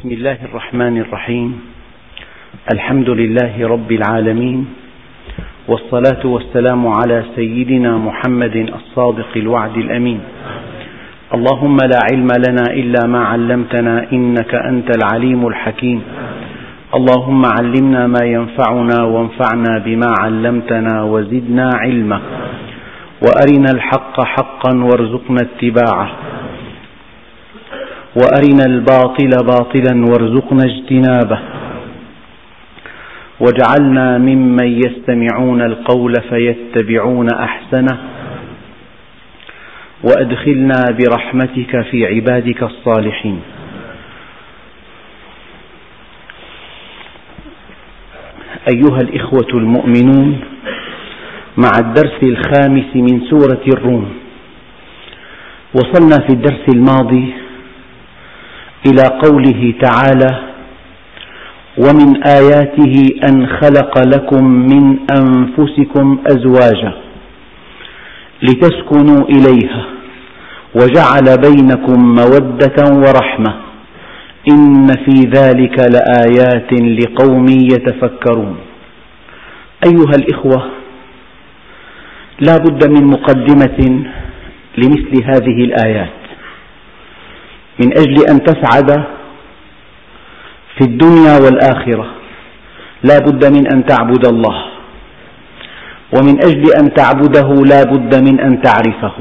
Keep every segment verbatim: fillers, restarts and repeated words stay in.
بسم الله الرحمن الرحيم. الحمد لله رب العالمين، والصلاة والسلام على سيدنا محمد الصادق الوعد الأمين. اللهم لا علم لنا إلا ما علمتنا إنك أنت العليم الحكيم. اللهم علمنا ما ينفعنا وانفعنا بما علمتنا وزدنا علما، وأرنا الحق حقا وارزقنا اتباعه، وأرنا الباطل باطلا وارزقنا اجتنابه، واجعلنا ممن يستمعون القول فيتبعون أحسنه، وأدخلنا برحمتك في عبادك الصالحين. أيها الإخوة المؤمنون، مع الدرس الخامس من سورة الروم، وصلنا في الدرس الماضي إلى قوله تعالى: ومن آياته أن خلق لكم من أنفسكم أزواجا لتسكنوا إليها وجعل بينكم مودة ورحمة إن في ذلك لآيات لقوم يتفكرون. أيها الإخوة، لا بد من مقدمة لمثل هذه الآيات من أجل أن تسعد في الدنيا والآخرة. لا بد من أن تعبد الله، ومن أجل أن تعبده لا بد من أن تعرفه،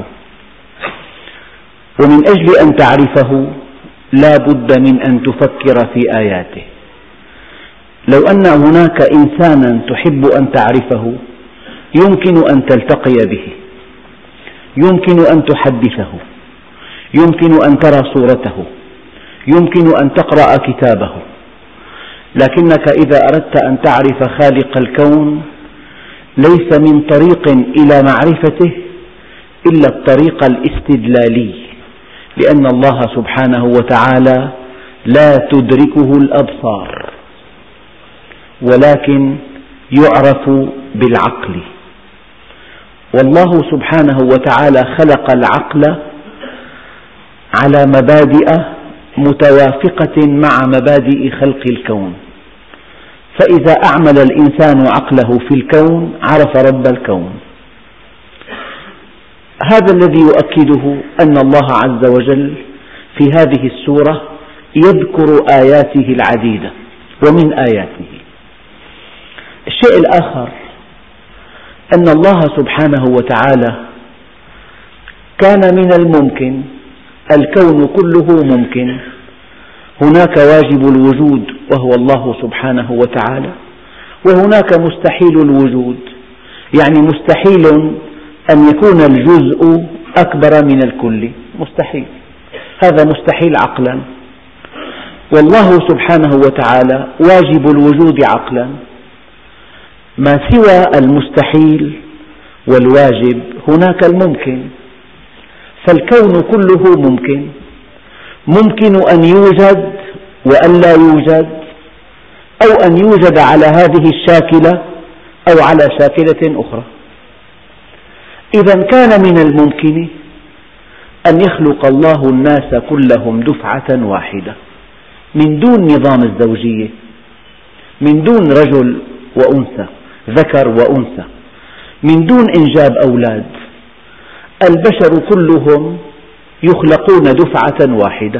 ومن أجل أن تعرفه لا بد من أن تفكر في آياته. لو أن هناك إنسانا تحب أن تعرفه يمكن أن تلتقي به، يمكن أن تحدثه، يمكن أن ترى صورته، يمكن أن تقرأ كتابه، لكنك إذا أردت أن تعرف خالق الكون ليس من طريق إلى معرفته إلا الطريق الاستدلالي، لأن الله سبحانه وتعالى لا تدركه الأبصار، ولكن يعرف بالعقل. والله سبحانه وتعالى خلق العقل على مبادئ متوافقة مع مبادئ خلق الكون، فإذا أعمل الإنسان عقله في الكون عرف رب الكون. هذا الذي يؤكده أن الله عز وجل في هذه السورة يذكر آياته العديدة. ومن آياته الشيء الآخر أن الله سبحانه وتعالى كان من الممكن، الكون كله ممكن، هناك واجب الوجود وهو الله سبحانه وتعالى، وهناك مستحيل الوجود، يعني مستحيل أن يكون الجزء أكبر من الكل، مستحيل، هذا مستحيل عقلا. والله سبحانه وتعالى واجب الوجود عقلا. ما سوى المستحيل والواجب هناك الممكن، فالكون كله ممكن، ممكن أن يوجد وأن لا يوجد، أو أن يوجد على هذه الشاكلة أو على شاكلة أخرى. إذا كان من الممكن أن يخلق الله الناس كلهم دفعة واحدة من دون نظام الزوجية، من دون رجل وأنثى، ذكر وأنثى، من دون إنجاب أولاد. البشر كلهم يخلقون دفعة واحدة،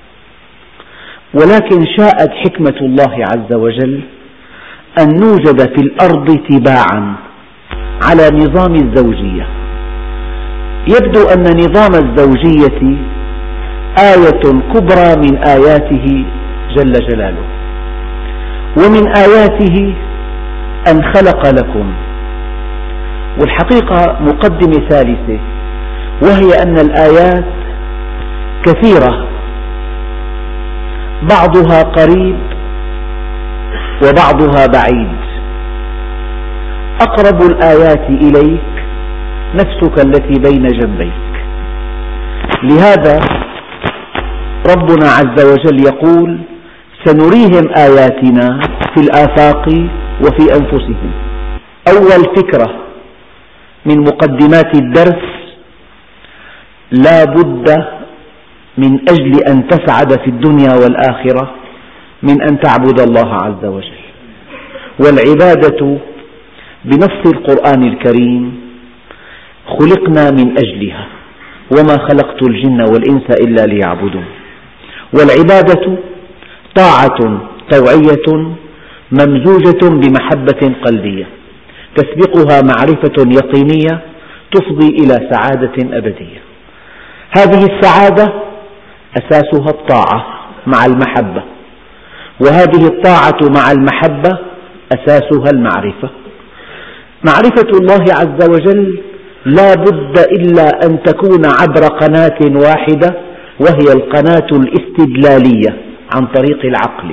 ولكن شاءت حكمة الله عز وجل أن نوجد في الأرض تباعا على نظام الزوجية. يبدو أن نظام الزوجية آية كبرى من آياته جل جلاله، ومن آياته أن خلق لكم. والحقيقة مقدمة ثالثة، وهي أن الآيات كثيرة، بعضها قريب وبعضها بعيد. أقرب الآيات إليك نفسك التي بين جنبيك. لهذا ربنا عز وجل يقول: سنريهم آياتنا في الآفاق وفي أنفسهم. أول فكرة من مقدمات الدرس: لا بد من أجل أن تسعد في الدنيا والآخرة من أن تعبد الله عز وجل. والعبادة بنص القرآن الكريم خلقنا من أجلها، وما خلقت الجن والإنس إلا ليعبدون. والعبادة طاعة طوعية ممزوجة بمحبة قلبية تسبقها معرفة يقينية تفضي إلى سعادة أبدية. هذه السعادة أساسها الطاعة مع المحبة، وهذه الطاعة مع المحبة أساسها المعرفة. معرفة الله عز وجل لا بد إلا أن تكون عبر قناة واحدة، وهي القناة الاستدلالية عن طريق العقل.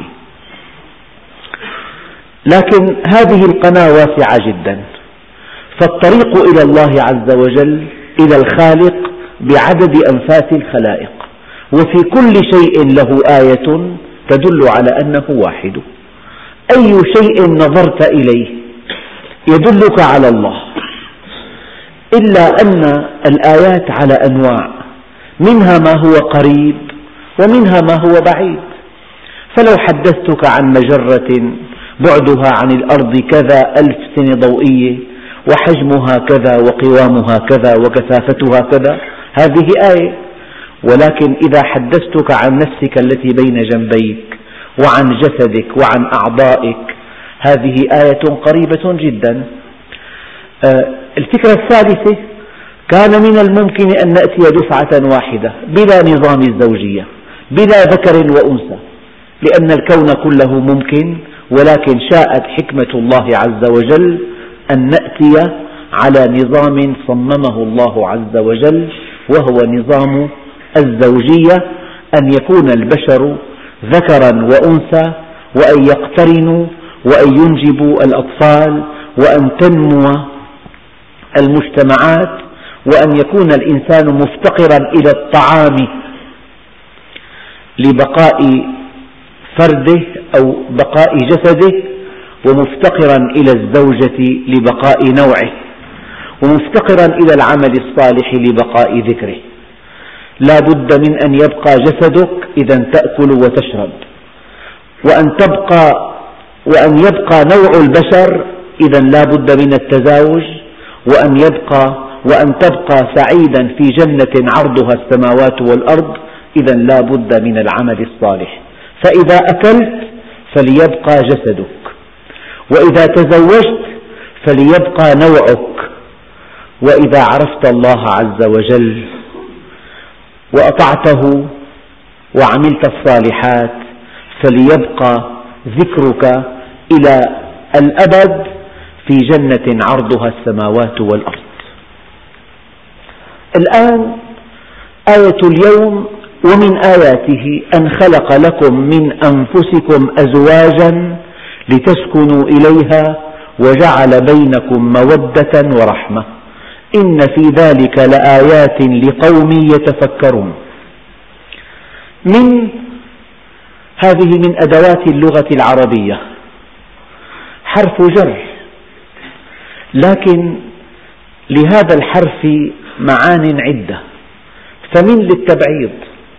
لكن هذه القناة واسعة جدا، فالطريق إلى الله عز وجل إلى الخالق بعدد أنفاس الخلائق، وفي كل شيء له آية تدل على أنه واحد. أي شيء نظرت إليه يدلك على الله، إلا أن الآيات على أنواع، منها ما هو قريب ومنها ما هو بعيد. فلو حدثتك عن مجرة بعدها عن الأرض كذا ألف سنة ضوئية وحجمها كذا وقوامها كذا وكثافتها كذا، هذه آية. ولكن إذا حدثتك عن نفسك التي بين جنبيك وعن جسدك وعن أعضائك، هذه آية قريبة جدا. الفكرة الثالثة، كان من الممكن أن نأتي دفعة واحدة بلا نظام الزوجية، بلا ذكر وأنثى، لأن الكون كله ممكن، ولكن شاءت حكمة الله عز وجل أن نأتي على نظام صممه الله عز وجل، وهو نظام الزوجية، أن يكون البشر ذكرا وأنثى، وأن يقترنوا وأن ينجبوا الأطفال، وأن تنمو المجتمعات، وأن يكون الإنسان مفتقرا إلى الطعام لبقاء فرده أو بقاء جسده، ومفتقرا إلى الزوجة لبقاء نوعه، ومفتقرا إلى العمل الصالح لبقاء ذكره. لا بد من أن يبقى جسدك إذا تأكل وتشرب، وأن تبقى وأن يبقى نوع البشر إذا لا بد من التزاوج، وأن يبقى وأن تبقى سعيدا في جنة عرضها السماوات والأرض، إذا لا بد من العمل الصالح. فإذا أكلت فليبقى جسدك، وإذا تزوجت فليبقى نوعك، وإذا عرفت الله عز وجل وأطعته وعملت الصالحات فليبقى ذكرك إلى الأبد في جنة عرضها السماوات والأرض. الآن آية اليوم: ومن آياته أن خلق لكم من أنفسكم أزواجا لتسكنوا إليها وجعل بينكم مودة ورحمة إن في ذلك لآيات لقوم يتفكرون. من هذه من أدوات اللغة العربية، حرف جر، لكن لهذا الحرف معان عدة. فمن للتبعيض،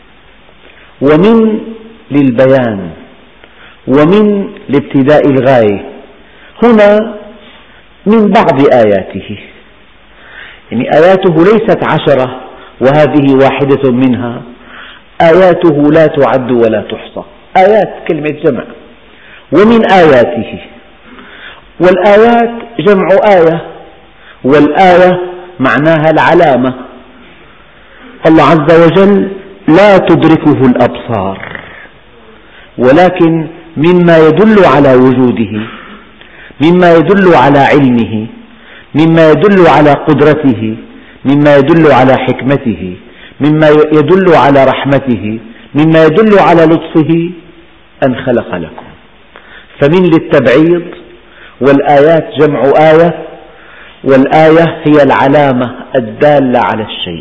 ومن للبيان، ومن لابتداء الغاية. هنا من بعض آياته، يعني آياته ليست عشرة وهذه واحدة منها، آياته لا تعد ولا تحصى، آيات كلمة جمع. ومن آياته، والآيات جمع آية، والآية معناها العلامة. الله عز وجل لا تدركه الأبصار، ولكن مما يدل على وجوده، مما يدل على علمه، مما يدل على قدرته، مما يدل على حكمته، مما يدل على رحمته، مما يدل على لطفه أن خلق لكم. فمن للتبعيض، والآيات جمع آية، والآية هي العلامة الدالة على الشيء.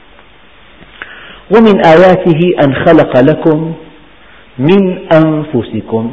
ومن آياته أن خلق لكم من أنفسكم.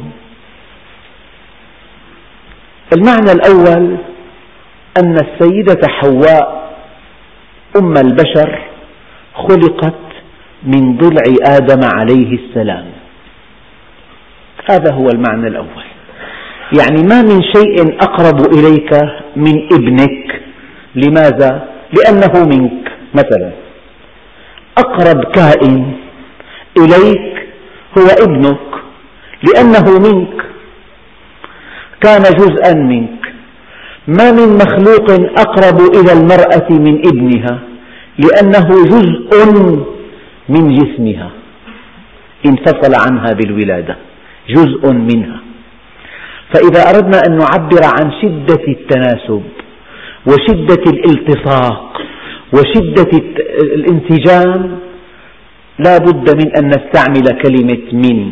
المعنى الأول أن السيدة حواء أم البشر خلقت من ضلع آدم عليه السلام. هذا هو المعنى الأول. يعني ما من شيء أقرب إليك من ابنك. لماذا؟ لأنه منك. مثلا أقرب كائن إليك هو ابنك لأنه منك، كان جزءا منك. ما من مخلوق أقرب إلى المرأة من ابنها لأنه جزء من جسمها، انفصل عنها بالولادة، جزء منها. فإذا أردنا أن نعبر عن شدة التناسب وشدة الالتصاق وشدة الانسجام لا بد من أن نستعمل كلمة من.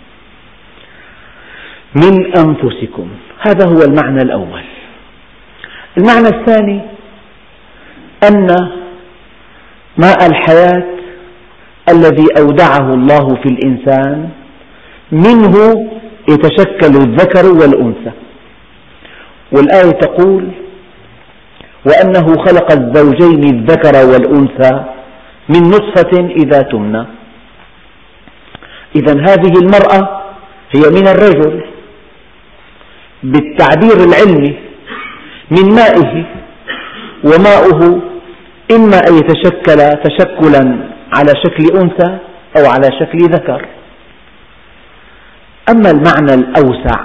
من أنفسكم، هذا هو المعنى الأول. المعنى الثاني أن ماء الحياة الذي أودعه الله في الإنسان منه يتشكل الذكر والأنثى، والآية تقول: وأنه خلق الزوجين الذكر والأنثى من نطفة إذا تمنى. إذا هذه المرأة هي من الرجل بالتعبير العلمي من مائه، وماؤه إما أن يتشكل تشكلا على شكل أنثى أو على شكل ذكر. أما المعنى الأوسع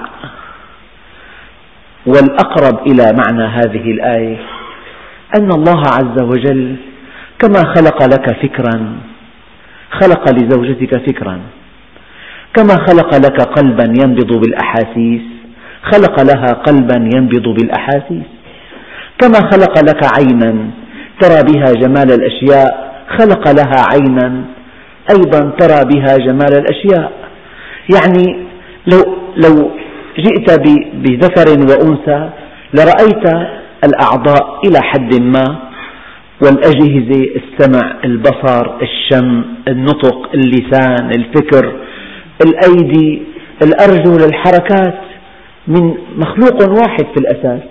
والأقرب إلى معنى هذه الآية أن الله عز وجل كما خلق لك فكرا خلق لزوجتك فكرا، كما خلق لك قلبا ينبض بالأحاسيس خلق لها قلبا ينبض بالأحاسيس، كما خلق لك عينا ترى بها جمال الأشياء خلق لها عينا أيضا ترى بها جمال الأشياء. يعني لو, لو جئت بذكر وأنثى لرأيت الأعضاء إلى حد ما، والأجهزة، السمع، البصر، الشم، النطق، اللسان، الفكر، الأيدي، الأرجل، الحركات، من مخلوق واحد في الأساس.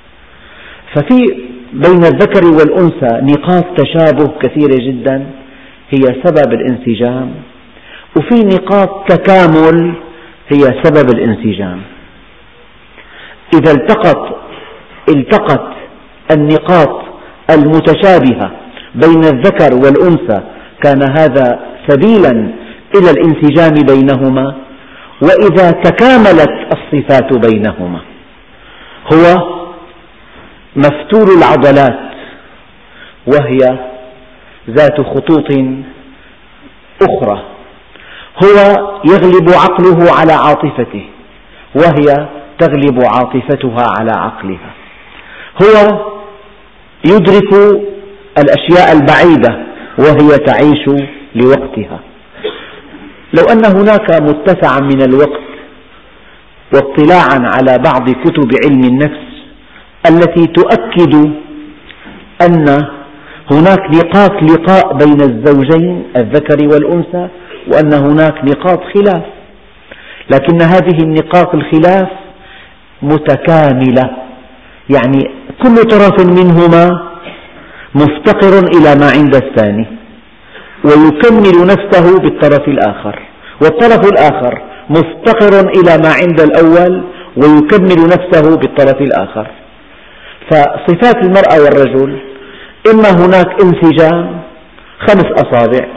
ففي بين الذكر والأنثى نقاط تشابه كثيرة جدا هي سبب الانسجام، وفي نقاط تكامل هي سبب الانسجام. إذا التقت التقت النقاط المتشابهة بين الذكر والأنثى كان هذا سبيلا إلى الانسجام بينهما. وإذا تكاملت الصفات بينهما، هو مفتول العضلات وهي ذات خطوط أخرى، هو يغلب عقله على عاطفته وهي تغلب عاطفتها على عقلها، هو يدرك الأشياء البعيدة وهي تعيش لوقتها. لو أن هناك متسعا من الوقت واطلاعا على بعض كتب علم النفس التي تؤكد أن هناك نقاط لقاء بين الزوجين الذكر والأنثى، وأن هناك نقاط خلاف، لكن هذه النقاط الخلاف متكاملة، يعني كل طرف منهما مفتقر إلى ما عند الثاني ويكمل نفسه بالطرف الآخر، والطرف الآخر مفتقر إلى ما عند الأول ويكمل نفسه بالطرف الآخر. فصفات المرأة والرجل إما هناك انسجام خمس أصابع،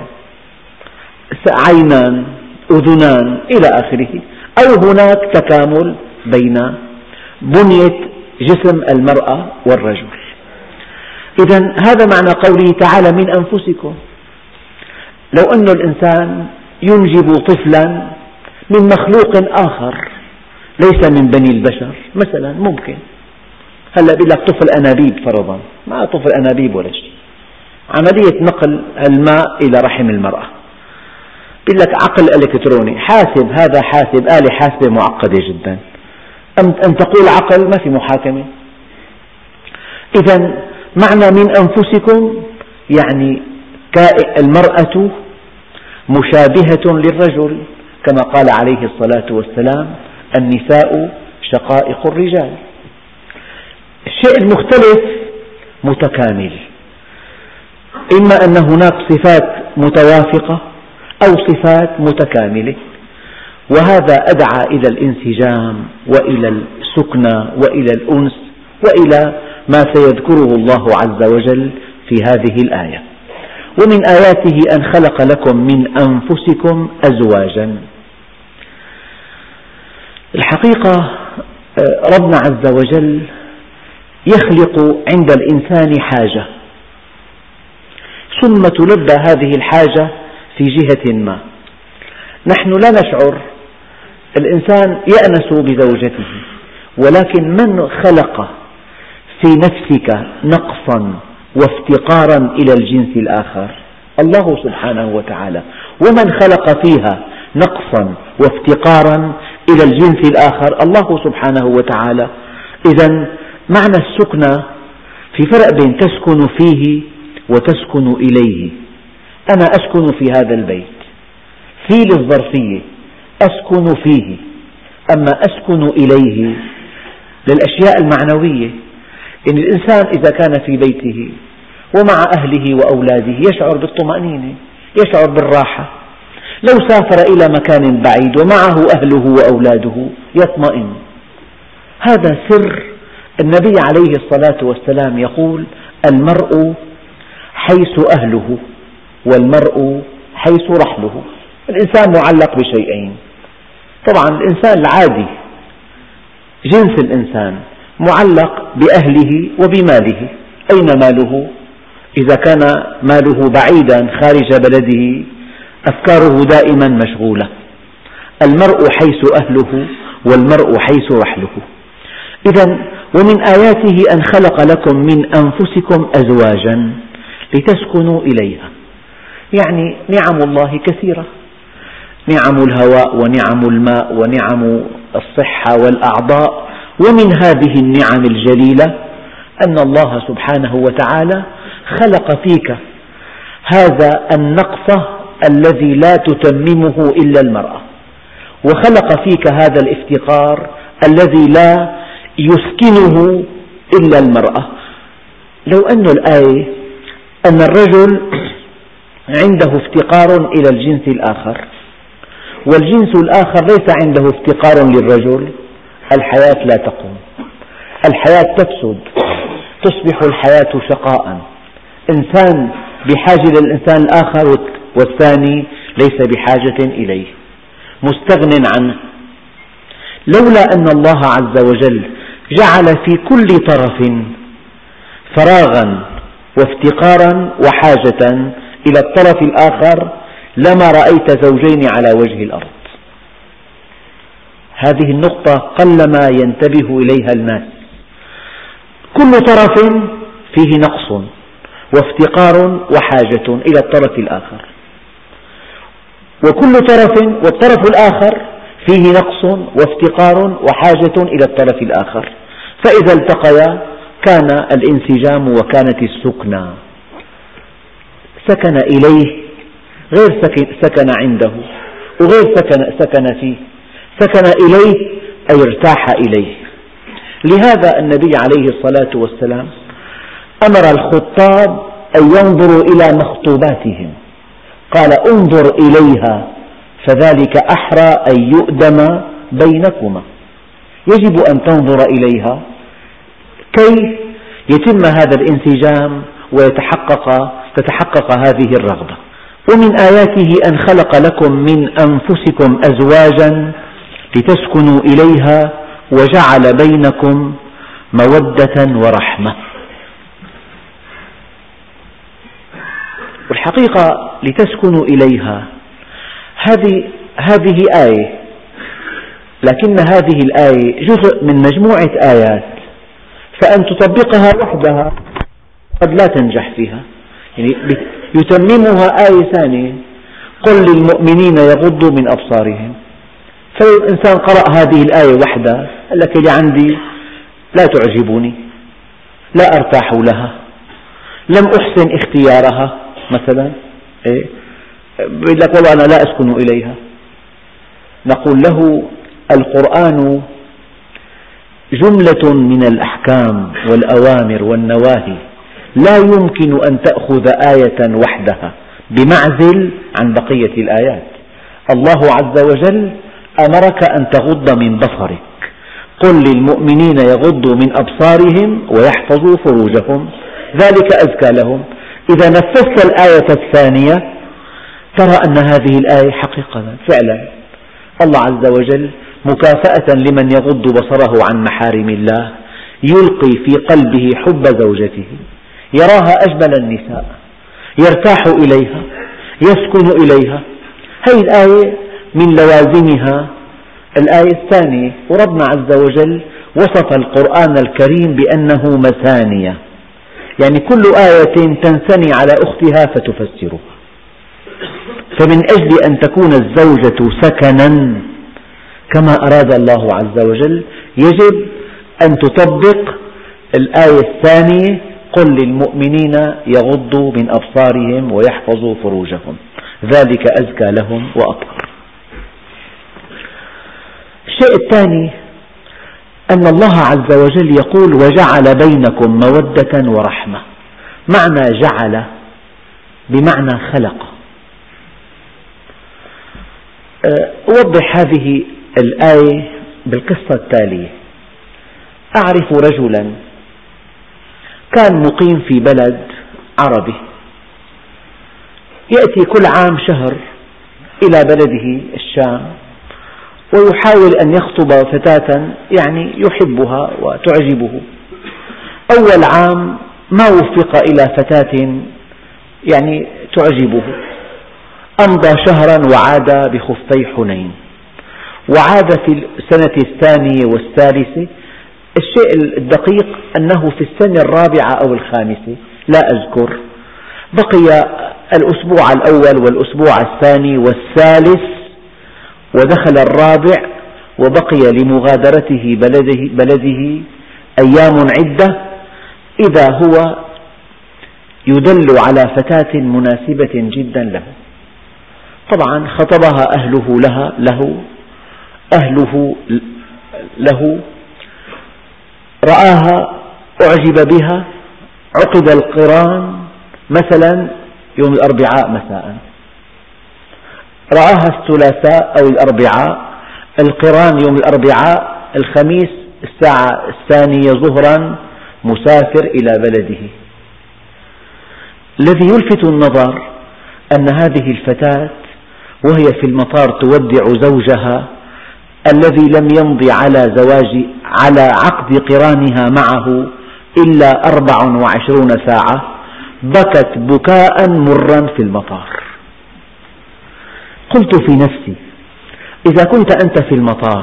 عينان، أذنان إلى آخره، أو هناك تكامل بين بنية جسم المرأة والرجل. إذا هذا معنى قوله تعالى: من أنفسكم. لو أن الإنسان ينجب طفلا من مخلوق آخر ليس من بني البشر، مثلا ممكن هلا بيقول لك طفل أنابيب فرضا، ما طفل أنابيب ولا شيء، عملية نقل الماء إلى رحم المرأة، بيقول لك عقل إلكتروني، حاسب، هذا حاسب، آلة حاسبة معقدة جدا، أن تقول عقل ما في محاكمة. إذا معنى من أنفسكم يعني المرأة مشابهة للرجل، كما قال عليه الصلاة والسلام: النساء شقائق الرجال. الشيء المختلف متكامل، إما أن هناك صفات متوافقة أو صفات متكاملة. وهذا أدعى إلى الانسجام وإلى السكنى وإلى الأنس وإلى ما سيذكره الله عز وجل في هذه الآية. ومن آياته أن خلق لكم من أنفسكم أزواجا. الحقيقة ربنا عز وجل يخلق عند الإنسان حاجة، ثم تلبى هذه الحاجة في جهة ما. نحن لا نشعر، الإنسان يأنس بزوجته، ولكن من خلق في نفسك نقصا وافتقارا إلى الجنس الآخر؟ الله سبحانه وتعالى. ومن خلق فيها نقصا وافتقارا إلى الجنس الآخر؟ الله سبحانه وتعالى. إذا معنى السكنى في فرق بين تسكن فيه وتسكن إليه. أنا أسكن في هذا البيت، في للظرفية أسكن فيه، أما أسكن إليه للأشياء المعنوية. إن الإنسان إذا كان في بيته ومع أهله وأولاده يشعر بالطمأنينة، يشعر بالراحة. لو سافر إلى مكان بعيد ومعه أهله وأولاده يطمئن. هذا سر. النبي عليه الصلاة والسلام يقول: المرء حيث أهله والمرء حيث رحله. الإنسان معلق بشيئين. طبعا الإنسان العادي، جنس الإنسان معلق بأهله وبماله. أين ماله؟ إذا كان ماله بعيدا خارج بلده أفكاره دائما مشغولة. المرء حيث أهله والمرء حيث رحله. إذا ومن آياته أن خلق لكم من أنفسكم أزواجا لتسكنوا إليها. يعني نعم الله كثيرة، نعم الهواء ونعم الماء ونعم الصحة والأعضاء. ومن هذه النعم الجليلة أن الله سبحانه وتعالى خلق فيك هذا النقص الذي لا تتممه إلا المرأة، وخلق فيك هذا الافتقار الذي لا يسكنه إلا المرأة. لو أن الآية أن الرجل عنده افتقار إلى الجنس الآخر والجنس الآخر ليس عنده افتقار للرجل، الحياة لا تقوم، الحياة تفسد، تصبح الحياة شقاء. إنسان بحاجة للإنسان الآخر والثاني ليس بحاجة إليه، مستغن عنه. لولا أن الله عز وجل جعل في كل طرف فراغا وافتقارا وحاجة إلى الطرف الآخر لما رأيت زوجين على وجه الأرض. هذه النقطة قلما ينتبه إليها الناس. كل طرف فيه نقص وافتقار وحاجة إلى الطرف الآخر، وكل طرف والطرف الآخر فيه نقص وافتقار وحاجة إلى الطرف الآخر، فإذا التقيا كان الانسجام وكانت السكنى. سكن إليه غير سكن عنده وغير سكن, سكن فيه. سكن إليه أي ارتاح إليه. لهذا النبي عليه الصلاة والسلام أمر الخطاب أن ينظروا إلى مخطوباتهم، قال: انظر إليها فذلك أحرى أن يؤدم بينكما. يجب أن تنظر إليها كي يتم هذا الانسجام ويتحقق تتحقق هذه الرغبة. ومن آياته أن خلق لكم من أنفسكم أزواجا لتسكنوا إليها وجعل بينكم مودة ورحمة. والحقيقة لتسكنوا إليها هذه هذه آية، لكن هذه الآية جزء من مجموعة آيات، فأن تطبقها وحدها قد لا تنجح فيها. يعني يتممها آية ثانية: قل للمؤمنين يغضوا من أبصارهم. فلو الإنسان قرأ هذه الآية وحدها قال لك: اللي عندي لا تعجبني، لا أرتاح لها، لم أحسن اختيارها مثلا، إيه؟ يقول لك: والله أنا لا أسكن إليها. نقول له: القرآن جملة من الأحكام والأوامر والنواهي، لا يمكن أن تأخذ آية وحدها بمعزل عن بقية الآيات. الله عز وجل أمرك أن تغض من بصرك، قل للمؤمنين يغضوا من أبصارهم ويحفظوا فروجهم ذلك أزكى لهم. إذا نفذت الآية الثانية ترى أن هذه الآية حقيقة فعلا الله عز وجل مكافأة لمن يغض بصره عن محارم الله يلقي في قلبه حب زوجته، يراها أجمل النساء، يرتاح إليها، يسكن إليها. هذه الآية من لوازمها الآية الثانية، وربنا عز وجل وصف القرآن الكريم بأنه مثانية، يعني كل آية تنثني على أختها فتفسرها. فمن أجل أن تكون الزوجة سكنا كما أراد الله عز وجل يجب أن تطبق الآية الثانية قل للمؤمنين يغضوا من أبصارهم ويحفظوا فروجهم ذلك أزكى لهم وأطهر. الشيء الثاني أن الله عز وجل يقول وجعل بينكم مودة ورحمة. معنى جعل بمعنى خلق. أوضح هذه الآية بالقصة التالية. أعرف رجلا كان مقيم في بلد عربي، يأتي كل عام شهر إلى بلده الشام ويحاول أن يخطب فتاة يعني يحبها وتعجبه. أول عام ما وفق إلى فتاة يعني تعجبه، أمضى شهرا وعاد بخفي حنين، وعاد في السنة الثانية والثالثة. الشيء الدقيق أنه في السنة الرابعة أو الخامسة لا أذكر، بقي الأسبوع الأول والأسبوع الثاني والثالث ودخل الرابع، وبقي لمغادرته بلده, بلده أيام عدة إذا هو يدل على فتاة مناسبة جدا له. طبعا خطبها أهله لها له أهله له رآها أعجب بها، عقد القران مثلا يوم الأربعاء مساء، رآها الثلاثاء أو الأربعاء، القران يوم الأربعاء، الخميس الساعة الثانية ظهرا مسافر إلى بلده. الذي يلفت النظر أن هذه الفتاة وهي في المطار تودع زوجها الذي لم يمضي على زواج على عقد قرانها معه إلا أربع وعشرون ساعة بكت بكاء مرا في المطار. قلت في نفسي إذا كنت أنت في المطار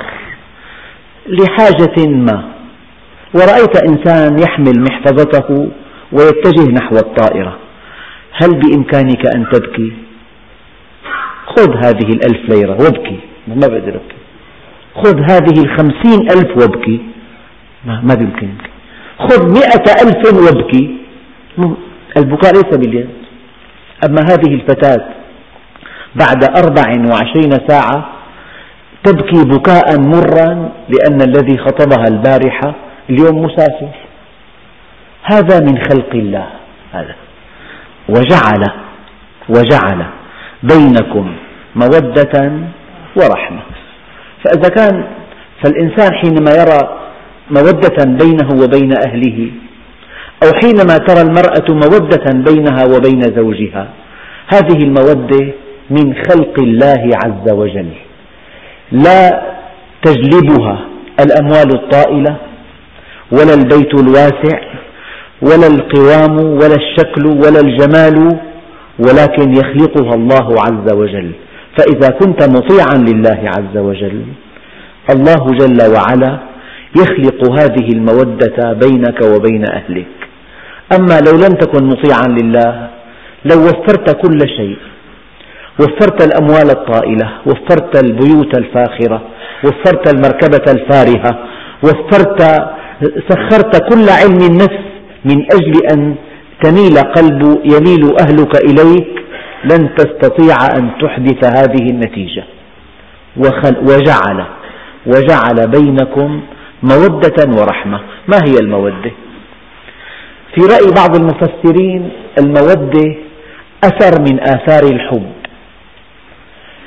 لحاجة ما ورأيت إنسان يحمل محفظته ويتجه نحو الطائرة، هل بإمكانك أن تبكي؟ خذ هذه الألف ليرة وابكي، ما بقدر أبكي. خذ هذه الخمسين ألف وابكي، ما, ما بيمكنك. خذ مئة ألف وابكي، البكاء ليس باليد. أما هذه الفتاة بعد أربع وعشرين ساعة تبكي بكاء مرا لأن الذي خطبها البارحة اليوم مسافر. هذا من خلق الله. هذا وجعل وجعل بينكم مودة ورحمة. فإذا كان فالإنسان حينما يرى مودة بينه وبين أهله، أو حينما ترى المرأة مودة بينها وبين زوجها، هذه المودة من خلق الله عز وجل، لا تجلبها الأموال الطائلة ولا البيت الواسع ولا القوام ولا الشكل ولا الجمال، ولكن يخلقها الله عز وجل. فإذا كنت مطيعا لله عز وجل، الله جل وعلا يخلق هذه المودة بينك وبين أهلك. أما لو لم تكن مطيعا لله، لو وفرت كل شيء، وفرت الأموال الطائلة، وفرت البيوت الفاخرة، وفرت المركبة الفارهة، وفرت سخرت كل علم النفس من أجل أن تميل قلب يميل أهلك إليك، لن تستطيع أن تحدث هذه النتيجة. وجعل وجعل بينكم مودة ورحمة. ما هي المودة؟ في رأي بعض المفسرين المودة أثر من آثار الحب.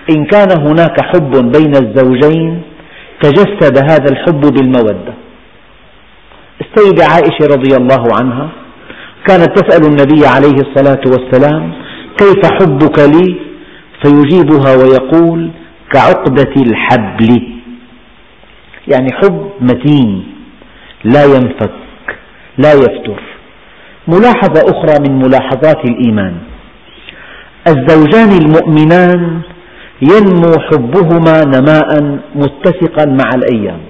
إن كان هناك حب بين الزوجين تجسد هذا الحب بالمودة. السيدة عائشة رضي الله عنها كانت تسأل النبي عليه الصلاة والسلام: كيف حبك لي؟ فيجيبها ويقول: كعقدة الحبل، يعني حب متين لا ينفك لا يفتر. ملاحظة أخرى من ملاحظات الإيمان: الزوجان المؤمنان ينمو حبهما نماء متسقا مع الأيام.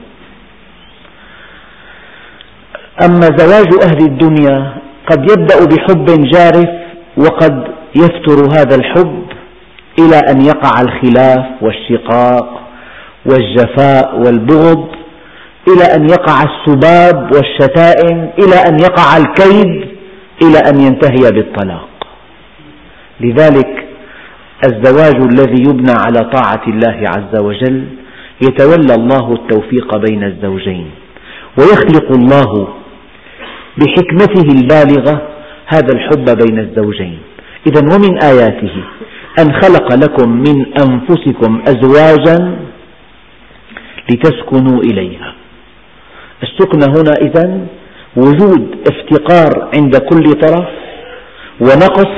أما زواج أهل الدنيا قد يبدأ بحب جارف، وقد يفتر هذا الحب إلى أن يقع الخلاف والشقاق والجفاء والبغض، إلى أن يقع السباب والشتائم، إلى أن يقع الكيد، إلى أن ينتهي بالطلاق. لذلك الزواج الذي يبنى على طاعة الله عز وجل يتولى الله التوفيق بين الزوجين، ويخلق الله بحكمته البالغة هذا الحب بين الزوجين. إذن ومن آياته أن خلق لكم من أنفسكم أزواجا لتسكنوا إليها. السكنة هنا إذن وجود افتقار عند كل طرف ونقص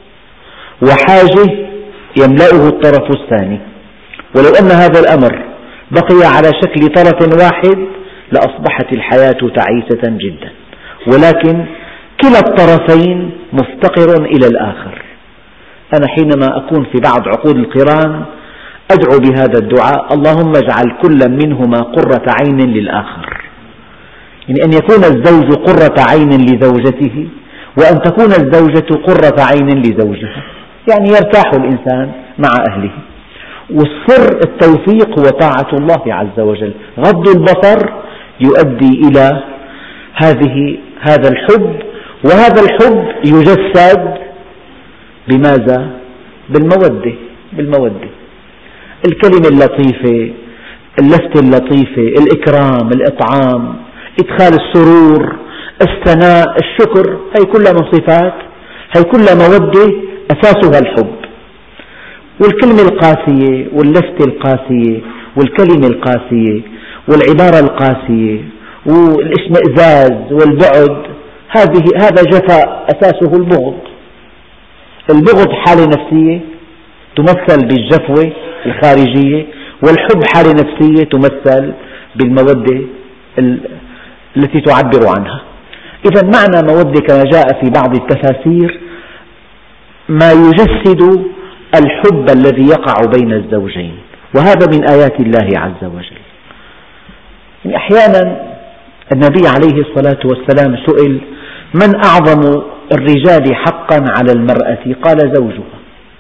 وحاجة يملأه الطرف الثاني، ولو أن هذا الأمر بقي على شكل طرف واحد لأصبحت الحياة تعيسة جدا، ولكن كلا الطرفين مفتقر إلى الآخر. أنا حينما أكون في بعض عقود القران أدعو بهذا الدعاء: اللهم اجعل كل منهما قرة عين للآخر، يعني أن يكون الزوج قرة عين لزوجته، وأن تكون الزوجة قرة عين لزوجها، يعني يرتاح الإنسان مع أهله. والسر التوفيق هو طاعة الله عز وجل. غض البصر يؤدي إلى هذه هذا الحب، وهذا الحب يجسد بماذا؟ بالمودة. بالمودة، الكلمة اللطيفة، اللفتة اللطيفة، الإكرام، الإطعام، إدخال السرور، الثناء، الشكر، هذه كلها من صفات، هذه كلها مودة أساسها الحب. والكلمة القاسية واللفتة القاسية والكلمة القاسية والعبارة القاسية والاشمئزاز والبعد، هذه هذا جفاء أساسه البغض. البغض حالة نفسية تمثل بالجفوة الخارجية، والحب حالة نفسية تمثل بالمودة التي تعبر عنها. إذا معنى مودة كما جاء في بعض التفاسير ما يجسد الحب الذي يقع بين الزوجين، وهذا من آيات الله عز وجل. يعني أحيانا النبي عليه الصلاة والسلام سئل: من أعظم الرجال حقا على المرأة؟ قال: زوجها.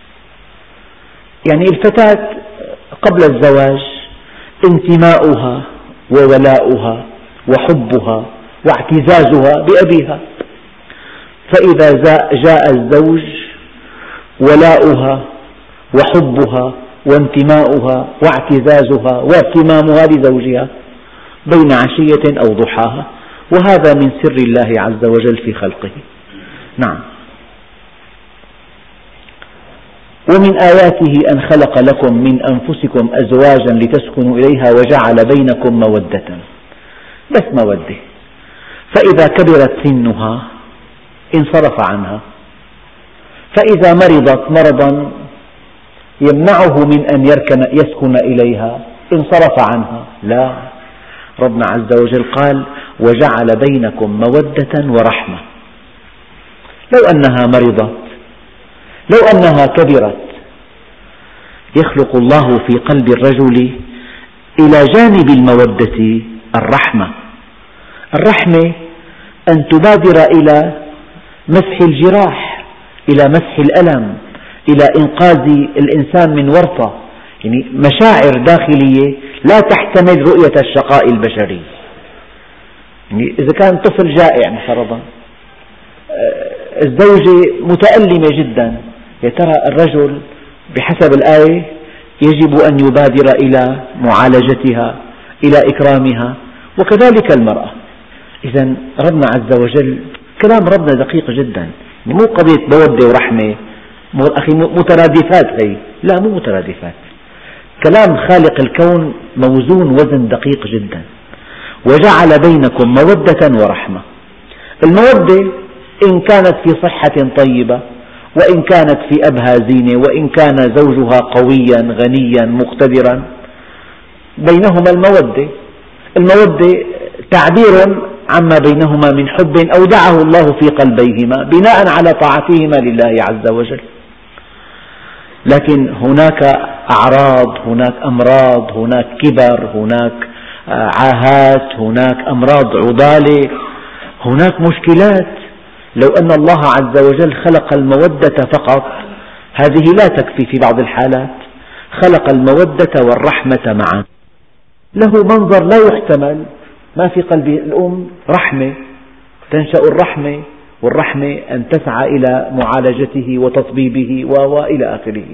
يعني الفتاة قبل الزواج انتماؤها وولاؤها وحبها واعتزازها بأبيها، فإذا جاء الزوج ولاؤها وحبها وانتماؤها واعتزازها واهتمامها لزوجها بين عشية أو ضحاها، وهذا من سر الله عز وجل في خلقه. نعم. ومن آياته أن خلق لكم من أنفسكم أزواجا لتسكنوا إليها وجعل بينكم مودة، بس مودة. فإذا كبرت سنها انصرف عنها، فإذا مرضت مرضا يمنعه من أن يركن يسكن إليها انصرف عنها. لا، ربنا عز وجل قال: وجعل بينكم مودة ورحمة. لو أنها مرضت، لو أنها كبرت، يخلق الله في قلب الرجل إلى جانب المودة الرحمة. الرحمة أن تبادر إلى مسح الجراح، إلى مسح الألم، إلى إنقاذ الإنسان من ورطة، يعني مشاعر داخلية لا تحتمل رؤية الشقاء البشري. يعني إذا كان طفل جائع فرضا، الزوجة متألمة جدا، يا ترى الرجل بحسب الآية يجب أن يبادر إلى معالجتها، إلى إكرامها، وكذلك المرأة. إذا ربنا عز وجل كلام ربنا دقيق جدا، مو قضية مودة ورحمة أخي مترادفات، هي لا مو مترادفات. كلام خالق الكون موزون وزن دقيق جدا. وجعل بينكم مودة ورحمة. المودة إن كانت في صحة طيبة، وإن كانت في أبهى زينة، وإن كان زوجها قويا غنيا مقتدرا، بينهما المودة. المودة تعبير عما بينهما من حب أودعه الله في قلبيهما بناء على طاعتهما لله عز وجل. لكن هناك أعراض، هناك أمراض، هناك كبر، هناك عاهات، هناك أمراض عضالة، هناك مشكلات. لو أن الله عز وجل خلق المودة فقط، هذه لا تكفي في بعض الحالات، خلق المودة والرحمة معا. له منظر لا يحتمل. ما في قلب الأم رحمة، تنشأ الرحمة، والرحمة أن تسعى إلى معالجته وتطبيبه وإلى آخره.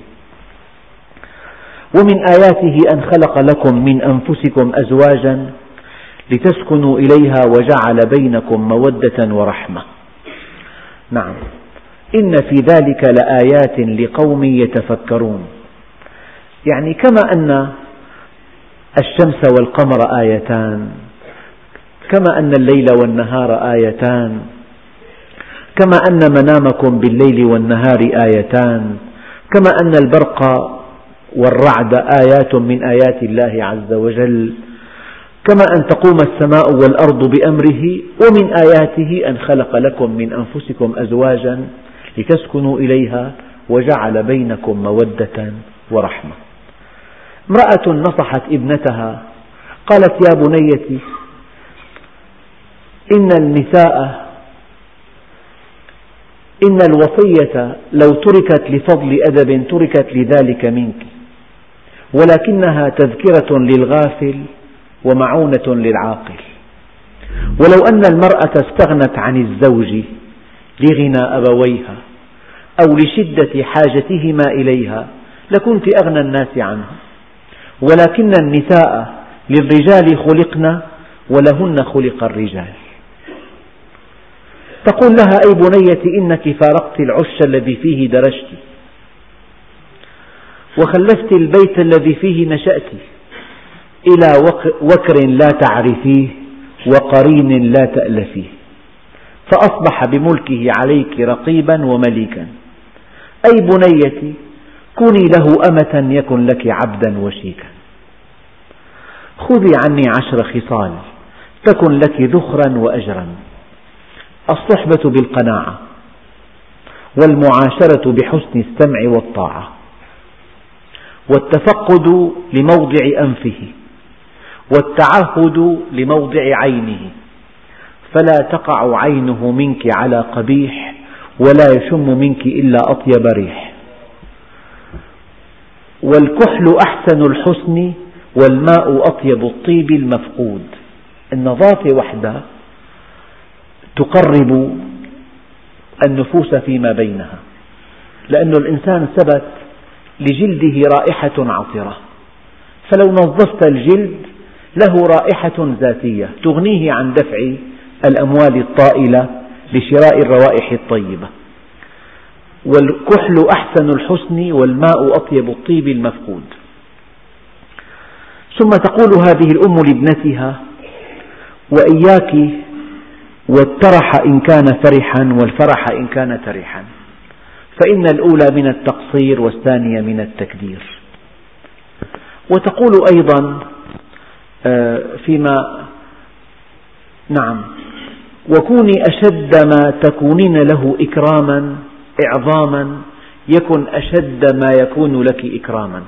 ومن آياته أن خلق لكم من أنفسكم أزواجا لتسكنوا إليها وجعل بينكم مودة ورحمة. نعم، إن في ذلك لآيات لقوم يتفكرون. يعني كما أن الشمس والقمر آيتان، كما أن الليل والنهار آيتان، كما أن منامكم بالليل والنهار آيتان، كما أن البرق والرعد آيات من آيات الله عز وجل، كما أن تقوم السماء والأرض بأمره، ومن آياته أن خلق لكم من أنفسكم أزواجا لتسكنوا إليها وجعل بينكم مودة ورحمة. امرأة نصحت ابنتها قالت: يا بنيتي، إن النساء إن الوصية لو تركت لفضل أدب تركت لذلك منك، ولكنها تذكرة للغافل ومعونة للعاقل. ولو أن المرأة استغنت عن الزوج لغنى أبويها أو لشدة حاجتهما إليها لكنت أغنى الناس عنه، ولكن النساء للرجال خلقن ولهن خلق الرجال. تقول لها: أي بنيتي، إنك فارقت العش الذي فيه درجت، وخلفت البيت الذي فيه نشأت، إلى وكر لا تعرفيه وقرين لا تألفيه، فأصبح بملكه عليك رقيبا ومليكا. أي بنيتي، كوني له أمة يكن لك عبدا وشيكا. خذي عني عشر خصال تكن لك ذخرا وأجرا: الصحبة بالقناعة، والمعاشرة بحسن السمع والطاعة، والتفقد لموضع أنفه، والتعهد لموضع عينه، فلا تقع عينه منك على قبيح ولا يشم منك إلا أطيب ريح. والكحل أحسن الحسن والماء أطيب الطيب المفقود. النظافة وحدها تقرب النفوس فيما بينها، لأن الإنسان ثبت لجلده رائحة عطرة، فلو نظفت الجلد له رائحة ذاتية تغنيه عن دفع الأموال الطائلة لشراء الروائح الطيبة. والكحل أحسن الحسن والماء أطيب الطيب المفقود. ثم تقول هذه الأم لابنتها: وإياك والترح إن كان فرحا والفرح إن كان ترحا، فإن الأولى من التقصير والثانية من التكدير. وتقول أيضا فيما نعم: وكوني أشد ما تكونين له إكراما إعظاما يكن أشد ما يكون لك إكراما،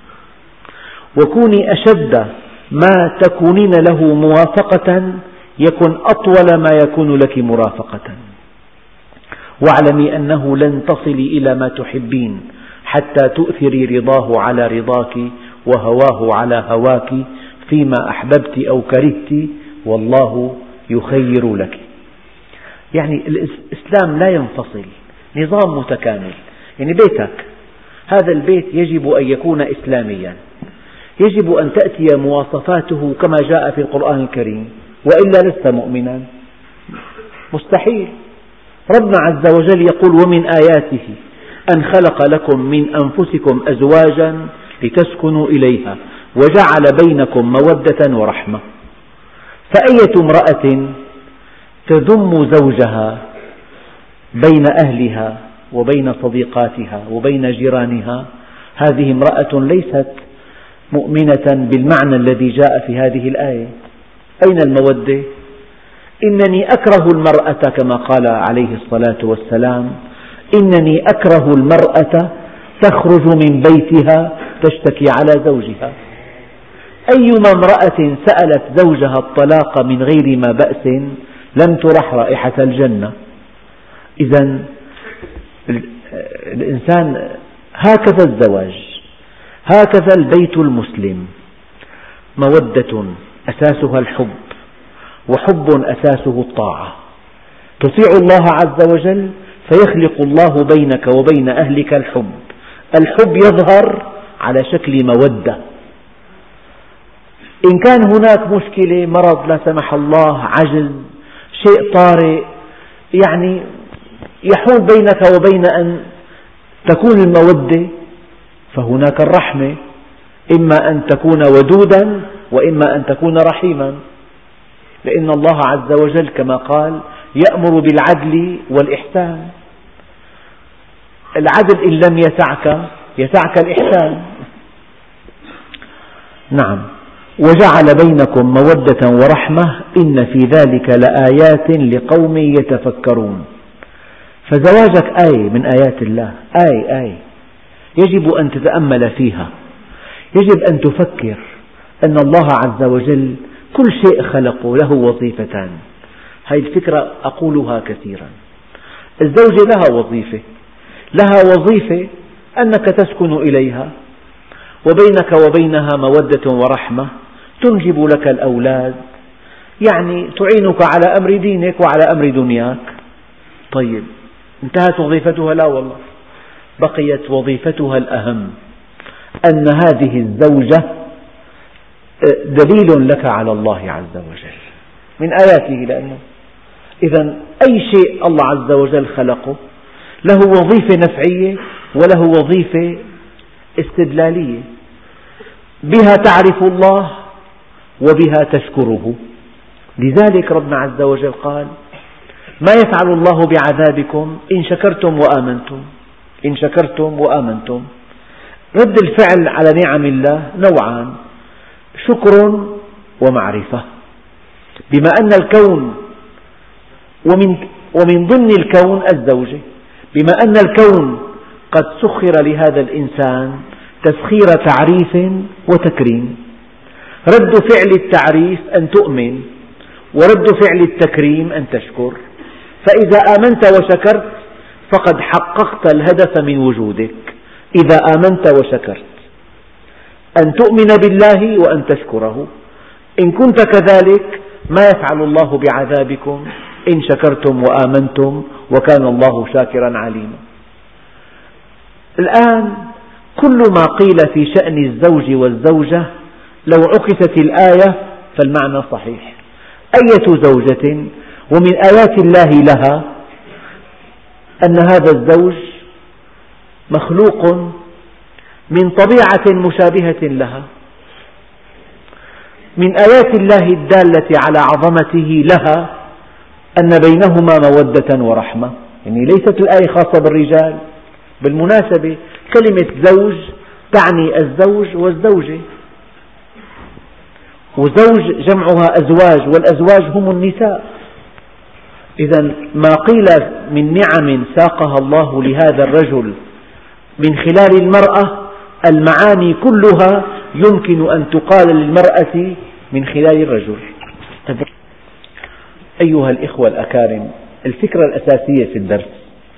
وكوني أشد ما تكونين له موافقة يكن أطول ما يكون لك مرافقة. واعلمي أنه لن تصلي إلى ما تحبين حتى تؤثري رضاه على رضاك وهواه على هواك فيما أحببت أو كرهت، والله يخير لك. يعني الإسلام لا ينفصل، نظام متكامل. يعني بيتك، هذا البيت يجب أن يكون إسلاميا، يجب أن تأتي مواصفاته كما جاء في القرآن الكريم، وإلا لست مؤمنا، مستحيل. ربنا عز وجل يقول: ومن آياته أن خلق لكم من أنفسكم أزواجا لتسكنوا إليها وجعل بينكم مودة ورحمة. فأية امرأة تذم زوجها بين أهلها وبين صديقاتها وبين جيرانها، هذه امرأة ليست مؤمنة بالمعنى الذي جاء في هذه الآية. أين المودة؟ إنني أكره المرأة كما قال عليه الصلاة والسلام: إنني أكره المرأة تخرج من بيتها تشتكي على زوجها. أيما امرأة سألت زوجها الطلاق من غير ما بأس لم ترح رائحة الجنة. إذا الإنسان هكذا الزواج، هكذا البيت المسلم، مودة أساسها الحب، وحب أساسه الطاعة. تطيع الله عز وجل فيخلق الله بينك وبين أهلك الحب. الحب يظهر على شكل مودة. إن كان هناك مشكلة، مرض لا سمح الله، عجز، شيء طارئ يعني يحول بينك وبين أن تكون المودة، فهناك الرحمة، إما أن تكون ودودا وإما أن تكون رحيما، لأن الله عز وجل كما قال يأمر بالعدل والإحسان. العدل إن لم يسعك يسعك الإحسان. نعم. وجعل بينكم مودة ورحمة إن في ذلك لآيات لقوم يتفكرون. فزواجك آية من آيات الله، آية آية يجب أن تتأمل فيها، يجب أن تفكر أن الله عز وجل كل شيء خلقه له وظيفتان. هذه الفكرة أقولها كثيرا. الزوجة لها وظيفة، لها وظيفة أنك تسكن إليها وبينك وبينها مودة ورحمة، تنجب لك الأولاد، يعني تعينك على أمر دينك وعلى أمر دنياك. طيب، انتهت وظيفتها؟ لا والله، بقيت وظيفتها الأهم، أن هذه الزوجة دليل لك على الله عز وجل من آياته. لأنه إذا أي شيء الله عز وجل خلقه له وظيفة نفعية وله وظيفة استدلالية، بها تعرف الله وبها تشكره. لذلك ربنا عز وجل قال: ما يفعل الله بعذابكم إن شكرتم وآمنتم. إن شكرتم وآمنتم. رد الفعل على نعم الله نوعان: شكر ومعرفة. بما أن الكون ومن, ومن ضمن الكون الزوجة، بما أن الكون قد سخر لهذا الإنسان تسخير تعريف وتكريم. رد فعل التعريف أن تؤمن، ورد فعل التكريم أن تشكر. فإذا آمنت وشكرت فقد حققت الهدف من وجودك. إذا آمنت وشكرت، أن تؤمن بالله وأن تشكره. إن كنت كذلك ما يفعل الله بعذابكم إن شكرتم وآمنتم وكان الله شاكرا عليما. الآن كل ما قيل في شأن الزوج والزوجة لو عكست الآية فالمعنى صحيح. أية زوجة ومن آيات الله لها أن هذا الزوج مخلوق من طبيعة مشابهة لها. من آيات الله الدالة على عظمته لها أن بينهما مودة ورحمة. يعني ليست الآية خاصة بالرجال. بالمناسبة كلمة زوج تعني الزوج والزوجة، وزوج جمعها أزواج، والأزواج هم النساء. إذا ما قيل من نعم ساقها الله لهذا الرجل من خلال المرأة، المعاني كلها يمكن أن تقال للمرأة من خلال الرجل. أيها الإخوة الأكارم، الفكرة الأساسية في الدرس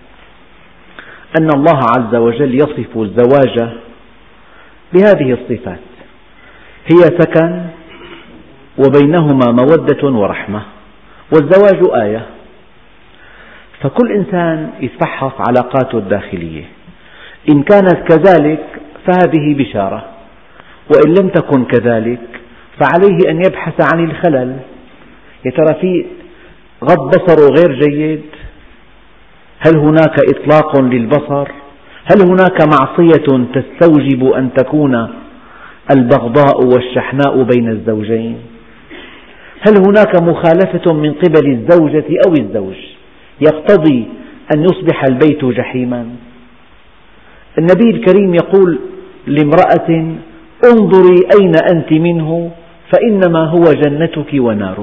أن الله عز وجل يصف الزواج بهذه الصفات: هي سكن وبينهما مودة ورحمة، والزواج آية. فكل إنسان يتفحص علاقاته الداخلية، إن كانت كذلك فهذه بشارة، وإن لم تكن كذلك فعليه أن يبحث عن الخلل. يا ترى في غض بصره غير جيد؟ هل هناك إطلاق للبصر؟ هل هناك معصية تستوجب أن تكون البغضاء والشحناء بين الزوجين؟ هل هناك مخالفة من قبل الزوجة أو الزوج يقتضي أن يصبح البيت جحيما؟ النبي الكريم يقول لامرأة: انظري أين أنت منه فإنما هو جنتك ونارك.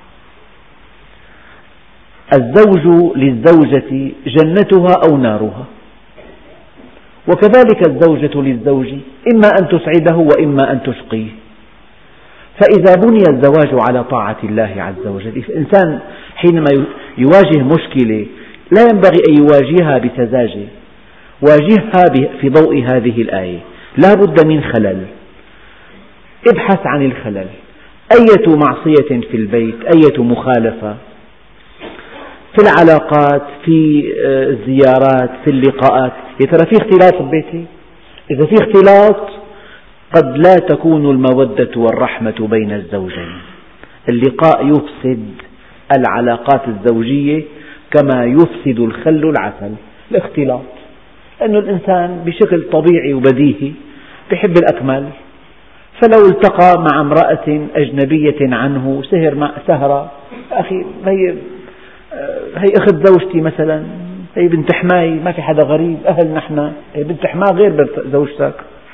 الزوج للزوجة جنتها أو نارها، وكذلك الزوجة للزوج إما أن تسعده وإما أن تشقيه. فإذا بني الزواج على طاعة الله عز وجل، الإنسان حينما يواجه مشكلة لا ينبغي أن يواجهها بسذاجة، واجهها في ضوء هذه الآية: لا بد من خلل، ابحث عن الخلل، أية معصية في البيت، أية مخالفة في العلاقات، في الزيارات، في اللقاءات. يا ترى في اختلاط ببيتي؟ إذا في اختلاط قد لا تكون المودة والرحمة بين الزوجين. اللقاء يفسد العلاقات الزوجية كما يفسد الخل العسل، الاختلاط، لأن الإنسان بشكل طبيعي وبديهي يحب الأكمل، فلو التقى مع امرأة أجنبية عنه سهر مع سهرة، أخي هي هي أخت زوجتي مثلا، هي بنت حماي، ما في حدا غريب، أهل نحن، هي بنت حماه غير زوجتك.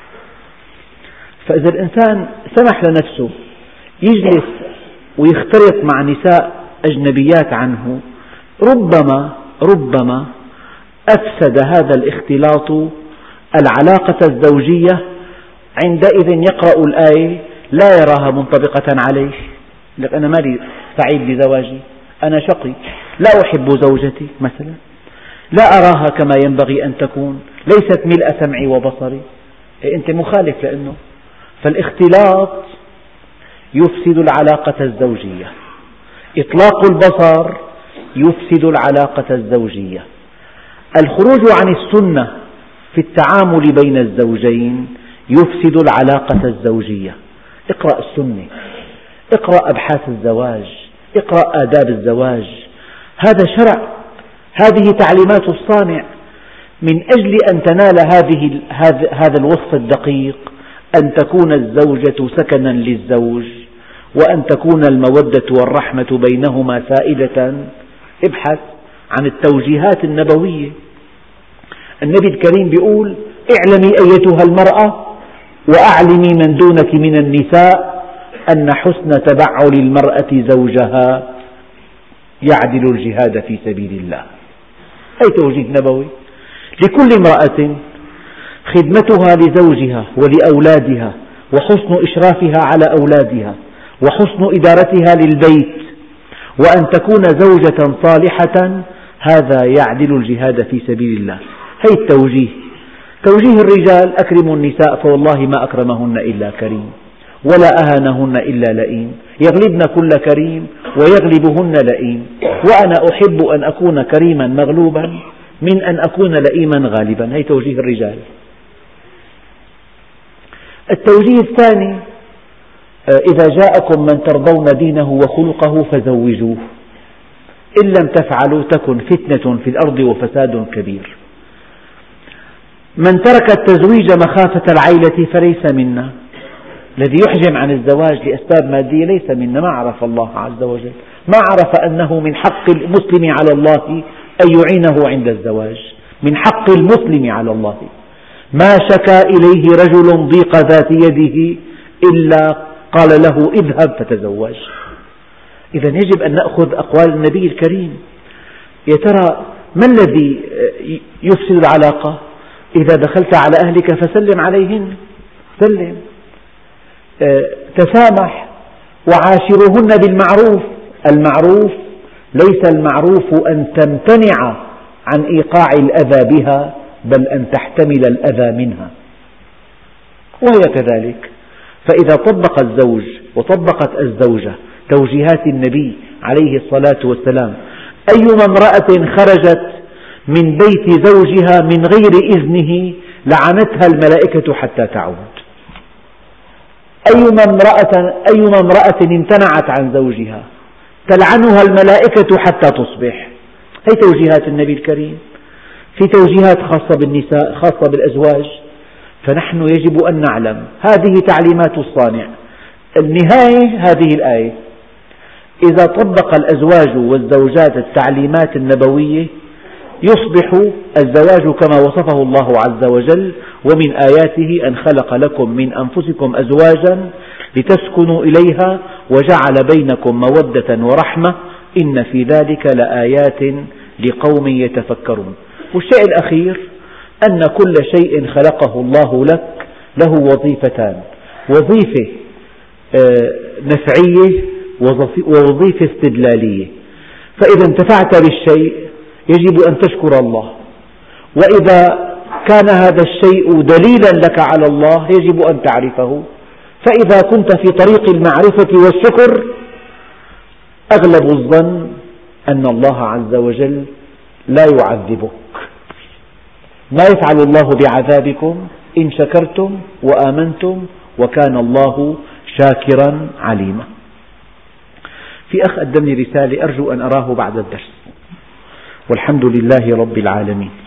فإذا الإنسان سمح لنفسه يجلس ويختلط مع نساء أجنبيات عنه، ربما ربما أفسد هذا الاختلاط العلاقة الزوجية. عندئذ يقرأ الآية لا يراها منطبقة عليه، لك أنا مالي سعيد بزواجي، أنا شقي، لا أحب زوجتي مثلا، لا أراها كما ينبغي أن تكون، ليست ملء سمعي وبصري. أنت مخالف لأنه، فالاختلاط يفسد العلاقة الزوجية، إطلاق البصر يفسد العلاقة الزوجية. الخروج عن السنة في التعامل بين الزوجين يفسد العلاقة الزوجية. اقرأ السنة، اقرأ أبحاث الزواج، اقرأ آداب الزواج، هذا شرع، هذه تعليمات الصانع من أجل أن تنال هذه هذا الوصف الدقيق، أن تكون الزوجة سكنا للزوج، وأن تكون المودة والرحمة بينهما سائدة. ابحث عن التوجيهات النبوية. النبي الكريم يقول: اعلمي أيتها المرأة وأعلمي من دونك من النساء أن حسن تبعل المرأة زوجها يعدل الجهاد في سبيل الله. أي توجيه نبوي لكل امرأة: خدمتها لزوجها ولأولادها، وحسن إشرافها على أولادها، وحسن إدارتها للبيت، وأن تكون زوجة صالحة، هذا يعدل الجهاد في سبيل الله. هي التوجيه. توجيه الرجال: أكرموا النساء فوالله ما أكرمهن إلا كريم، ولا أهانهن إلا لئيم، يغلبن كل كريم ويغلبهن لئيم، وأنا أحب أن أكون كريما مغلوبا من أن أكون لئيما غالبا. هي توجيه الرجال. التوجيه الثاني: إذا جاءكم من ترضون دينه وخلقه فزوجوه، إن لم تفعلوا تكن فتنة في الأرض وفساد كبير. من ترك التزويج مخافة العيلة فليس منا. الذي يحجم عن الزواج لأسباب مادية ليس منا، ما عرف الله عز وجل، ما عرف أنه من حق المسلم على الله أن يعينه عند الزواج، من حق المسلم على الله. ما شكا إليه رجل ضيق ذات يده إلا قال له: اذهب فتزوج. إذا يجب أن نأخذ أقوال النبي الكريم. يا ترى ما الذي يفسد العلاقة؟ إذا دخلت على أهلك فسلم عليهن، سلم، تسامح، وعاشروهن بالمعروف. المعروف ليس المعروف أن تمتنع عن إيقاع الأذى بها، بل أن تحتمل الأذى منها، وهي كذلك. فإذا طبق الزوج وطبقت الزوجة توجيهات النبي عليه الصلاة والسلام، أيما امرأة خرجت من بيت زوجها من غير إذنه لعنتها الملائكة حتى تعود. أيما امرأة, أيما امرأة امتنعت عن زوجها تلعنها الملائكة حتى تصبح. هي توجيهات النبي الكريم. في توجيهات خاصة بالنساء، خاصة بالأزواج، فنحن يجب أن نعلم هذه تعليمات الصانع. النهاية هذه الآية: إذا طبق الأزواج والزوجات التعليمات النبوية يصبح الزواج كما وصفه الله عز وجل: ومن آياته أن خلق لكم من أنفسكم أزواجا لتسكنوا إليها وجعل بينكم مودة ورحمة إن في ذلك لآيات لقوم يتفكرون. والشيء الأخير أن كل شيء خلقه الله لك له وظيفتان: وظيفة نفعية ووظيفة استدلالية. فإذا انتفعت بالشيء يجب أن تشكر الله، وإذا كان هذا الشيء دليلا لك على الله يجب أن تعرفه. فإذا كنت في طريق المعرفة والشكر أغلب الظن أن الله عز وجل لا يعذبك. ما يفعل الله بعذابكم إن شكرتم وآمنتم وكان الله شاكرا عليما. في أخ قدم لي رسالة أرجو أن أراه بعد الدرس، والحمد لله رب العالمين.